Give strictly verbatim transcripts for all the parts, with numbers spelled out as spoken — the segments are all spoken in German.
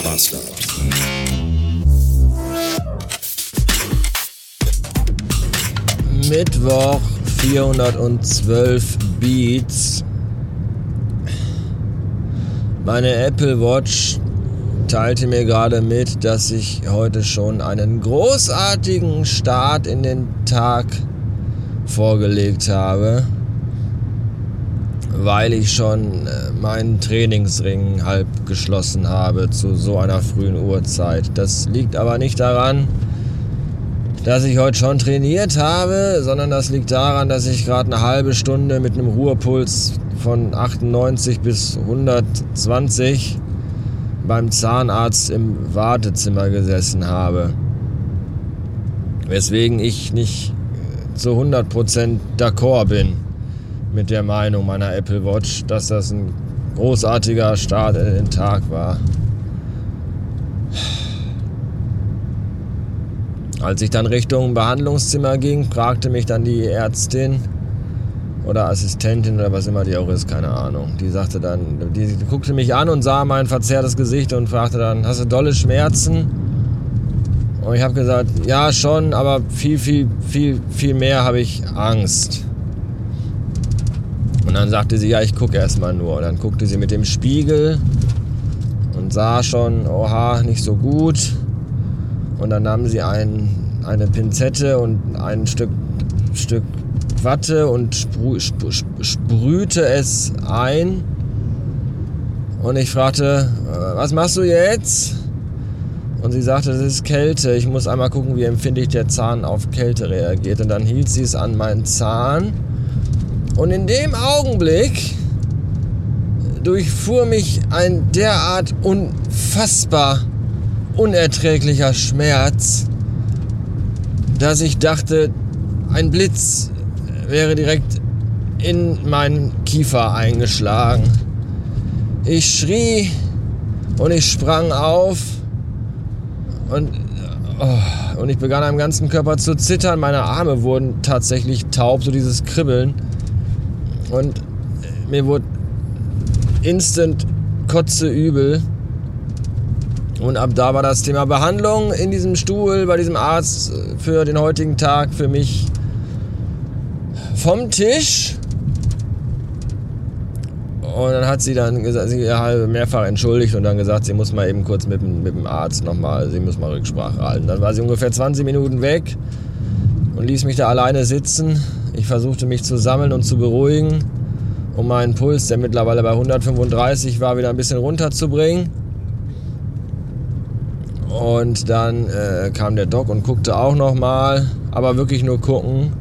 Master. Mittwoch, vierhundertzwölf Beats. Meine Apple Watch teilte mir gerade mit, dass ich heute schon einen großartigen Start in den Tag vorgelegt habe, weil ich schon meinen Trainingsring halb geschlossen habe zu so einer frühen Uhrzeit. Das liegt aber nicht daran, dass ich heute schon trainiert habe, sondern das liegt daran, dass ich gerade eine halbe Stunde mit einem Ruhepuls von achtundneunzig bis hundertzwanzig beim Zahnarzt im Wartezimmer gesessen habe. Weswegen ich nicht zu hundert Prozent d'accord bin mit der Meinung meiner Apple Watch, dass das ein großartiger Start in den Tag war. Als ich dann Richtung Behandlungszimmer ging, fragte mich dann die Ärztin oder Assistentin oder was immer die auch ist, keine Ahnung. Die sagte dann, die, die guckte mich an und sah mein verzerrtes Gesicht und fragte dann, hast du dolle Schmerzen? Und ich habe gesagt, ja schon, aber viel, viel, viel, viel mehr habe ich Angst. Und dann sagte sie, ja, ich gucke erstmal nur. Und dann guckte sie mit dem Spiegel und sah schon, oha, nicht so gut. Und dann nahm sie ein, eine Pinzette und ein Stück, Stück Watte und sprü, sprü, sprühte es ein. Und ich fragte, was machst du jetzt? Und sie sagte, das ist Kälte. Ich muss einmal gucken, wie empfindlich der Zahn auf Kälte reagiert. Und dann hielt sie es an meinen Zahn. Und in dem Augenblick durchfuhr mich ein derart unfassbar unerträglicher Schmerz, dass ich dachte, ein Blitz wäre direkt in meinen Kiefer eingeschlagen. Ich schrie und ich sprang auf und, oh, und ich begann am ganzen Körper zu zittern. Meine Arme wurden tatsächlich taub, so dieses Kribbeln. Und mir wurde instant kotzeübel. Und ab da war das Thema Behandlung in diesem Stuhl bei diesem Arzt für den heutigen Tag für mich vom Tisch. Und dann hat sie dann gesagt, sie hat mehrfach entschuldigt und dann gesagt, sie muss mal eben kurz mit, mit dem Arzt nochmal, sie muss mal Rücksprache halten. Dann war sie ungefähr zwanzig Minuten weg und ließ mich da alleine sitzen. Ich versuchte mich zu sammeln und zu beruhigen, um meinen Puls, der mittlerweile bei hundertfünfunddreißig war, wieder ein bisschen runterzubringen. Und dann äh, kam der Doc und guckte auch nochmal, aber wirklich nur gucken.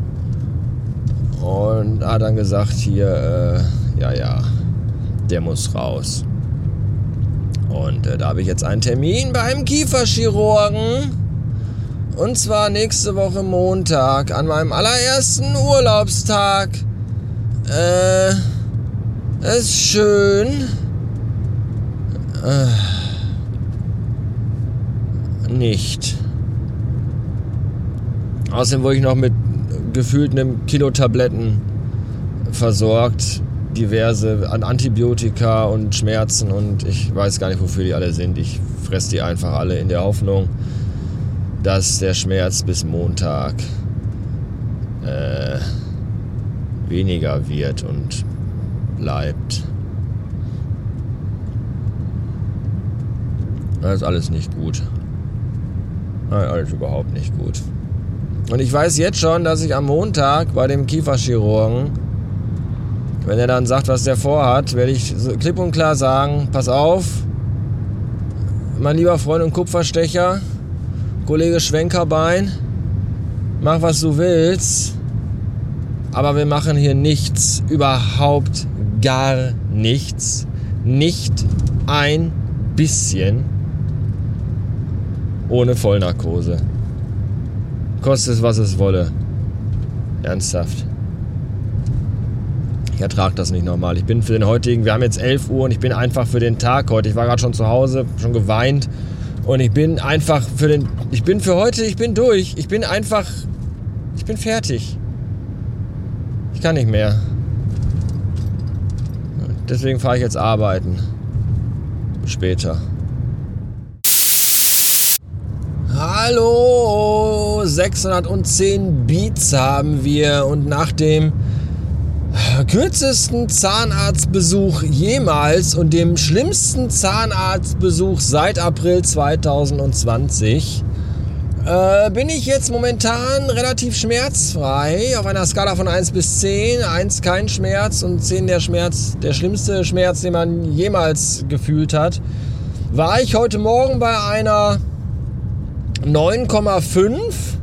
Und hat dann gesagt, hier, äh, ja, ja, der muss raus. Und äh, da habe ich jetzt einen Termin beim Kieferchirurgen. Und zwar nächste Woche Montag, an meinem allerersten Urlaubstag. Äh, ist schön. Äh. Nicht. Außerdem wurde ich noch mit gefühlt einem Kilo Tabletten versorgt. Diverse an Antibiotika und Schmerzen und ich weiß gar nicht, wofür die alle sind. Ich fresse die einfach alle in der Hoffnung, dass der Schmerz bis Montag äh, weniger wird und bleibt. Das ist alles nicht gut. Nein, alles überhaupt nicht gut. Und ich weiß jetzt schon, dass ich am Montag bei dem Kieferchirurgen, wenn er dann sagt, was der vorhat, werde ich so klipp und klar sagen, pass auf, mein lieber Freund und Kupferstecher, Kollege Schwenkerbein, mach was du willst, aber wir machen hier nichts, überhaupt gar nichts, nicht ein bisschen ohne Vollnarkose. Kostet es, was es wolle. Ernsthaft. Ich ertrage das nicht normal. Ich bin für den heutigen, wir haben jetzt elf Uhr und ich bin einfach für den Tag heute. Ich war gerade schon zu Hause, schon geweint. Und ich bin einfach für den, ich bin für heute, ich bin durch. Ich bin einfach, ich bin fertig. Ich kann nicht mehr. Deswegen fahre ich jetzt arbeiten. Später. Hallo, sechshundertzehn Beats haben wir und nach dem kürzesten Zahnarztbesuch jemals und dem schlimmsten Zahnarztbesuch seit April zweitausendzwanzig äh, bin ich jetzt momentan relativ schmerzfrei auf einer Skala von eins bis zehn. eins kein Schmerz und zehn der Schmerz, der schlimmste Schmerz, den man jemals gefühlt hat. War ich heute Morgen bei einer neun Komma fünf.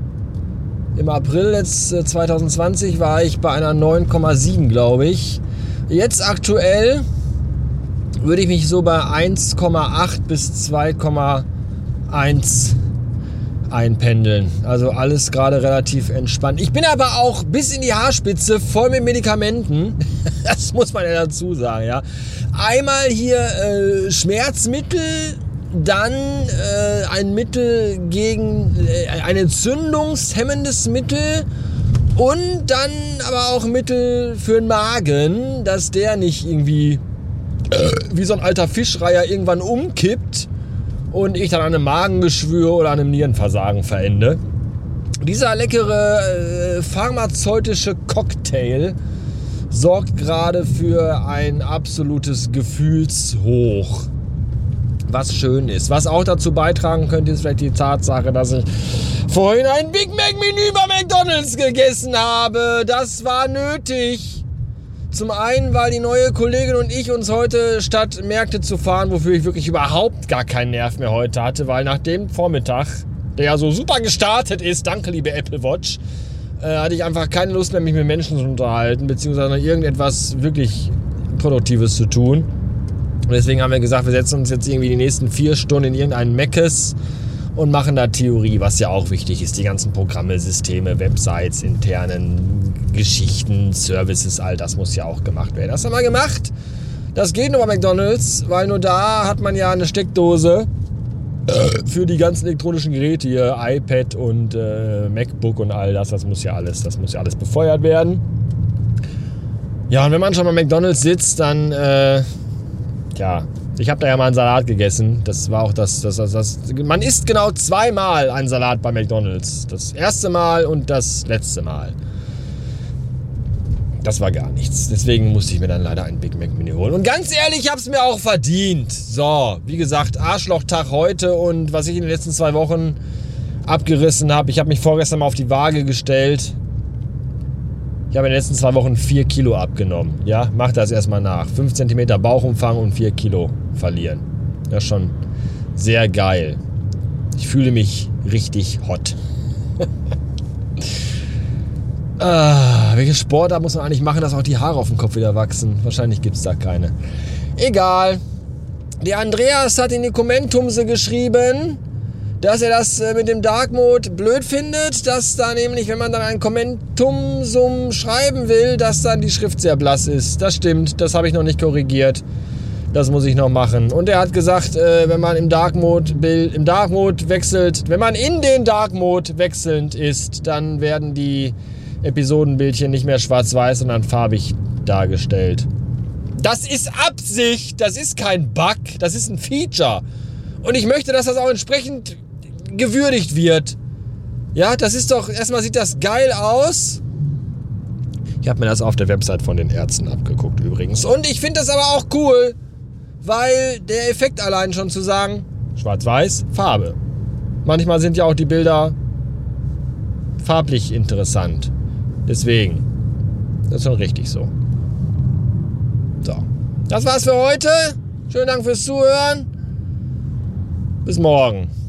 Im April jetzt äh, zweitausendzwanzig war ich bei einer neun Komma sieben, glaube ich. Jetzt aktuell würde ich mich so bei eins Komma acht bis zwei Komma eins einpendeln. Also alles gerade relativ entspannt. Ich bin aber auch bis in die Haarspitze voll mit Medikamenten. Das muss man ja dazu sagen, ja. Einmal hier äh, Schmerzmittel, dann äh, ein Mittel gegen äh, ein entzündungshemmendes Mittel und dann aber auch Mittel für den Magen, dass der nicht irgendwie äh, wie so ein alter Fischreiher irgendwann umkippt und ich dann an einem Magengeschwür oder an einem Nierenversagen verende. Dieser leckere äh, pharmazeutische Cocktail sorgt gerade für ein absolutes Gefühlshoch. Was schön ist. Was auch dazu beitragen könnte, ist vielleicht die Tatsache, dass ich vorhin ein Big Mac Menü bei McDonald's gegessen habe. Das war nötig. Zum einen, weil die neue Kollegin und ich uns heute statt Märkte zu fahren, wofür ich wirklich überhaupt gar keinen Nerv mehr heute hatte, weil nach dem Vormittag, der ja so super gestartet ist, danke liebe Apple Watch, äh, hatte ich einfach keine Lust mehr, mich mit Menschen zu unterhalten, beziehungsweise irgendetwas wirklich Produktives zu tun. Und deswegen haben wir gesagt, wir setzen uns jetzt irgendwie die nächsten vier Stunden in irgendeinen Meckes und machen da Theorie, was ja auch wichtig ist. Die ganzen Programme, Systeme, Websites, internen Geschichten, Services, all das muss ja auch gemacht werden. Das haben wir gemacht. Das geht nur bei McDonald's, weil nur da hat man ja eine Steckdose für die ganzen elektronischen Geräte hier, iPad und äh, MacBook und all das. Das muss ja alles, das muss ja alles befeuert werden. Ja, und wenn man schon bei McDonald's sitzt, dann äh, ja, ich habe da ja mal einen Salat gegessen. Das war auch das, das, das, das. Man isst genau zweimal einen Salat bei McDonald's. Das erste Mal und das letzte Mal. Das war gar nichts. Deswegen musste ich mir dann leider ein Big Mac Menü holen. Und ganz ehrlich, ich habe es mir auch verdient. So, wie gesagt, Arschlochtag heute und was ich in den letzten zwei Wochen abgerissen habe. Ich habe mich vorgestern mal auf die Waage gestellt. Ich habe in den letzten zwei Wochen vier Kilo abgenommen. Ja, mach das erstmal nach. fünf Zentimeter Bauchumfang und vier Kilo verlieren. Das ist schon sehr geil. Ich fühle mich richtig hot. ah, welche Sportart muss man eigentlich machen, dass auch die Haare auf dem Kopf wieder wachsen? Wahrscheinlich gibt es da keine. Egal. Der Andreas hat in die Kommentumse geschrieben, dass er das mit dem Dark Mode blöd findet, dass da nämlich, wenn man dann ein Kommentumsum schreiben will, dass dann die Schrift sehr blass ist. Das stimmt, das habe ich noch nicht korrigiert. Das muss ich noch machen. Und er hat gesagt, wenn man im Dark Mode, im Dark Mode wechselt, wenn man in den Dark Mode wechselnd ist, dann werden die Episodenbildchen nicht mehr schwarz-weiß, sondern farbig dargestellt. Das ist Absicht, das ist kein Bug, das ist ein Feature. Und ich möchte, dass das auch entsprechend gewürdigt wird. Ja, das ist doch, erstmal sieht das geil aus. Ich habe mir das auf der Website von den Ärzten abgeguckt übrigens. Und ich finde das aber auch cool, weil der Effekt allein schon zu sagen, schwarz-weiß, Farbe. Manchmal sind ja auch die Bilder farblich interessant. Deswegen, das ist schon richtig so. So, das war's für heute. Schönen Dank fürs Zuhören. Bis morgen.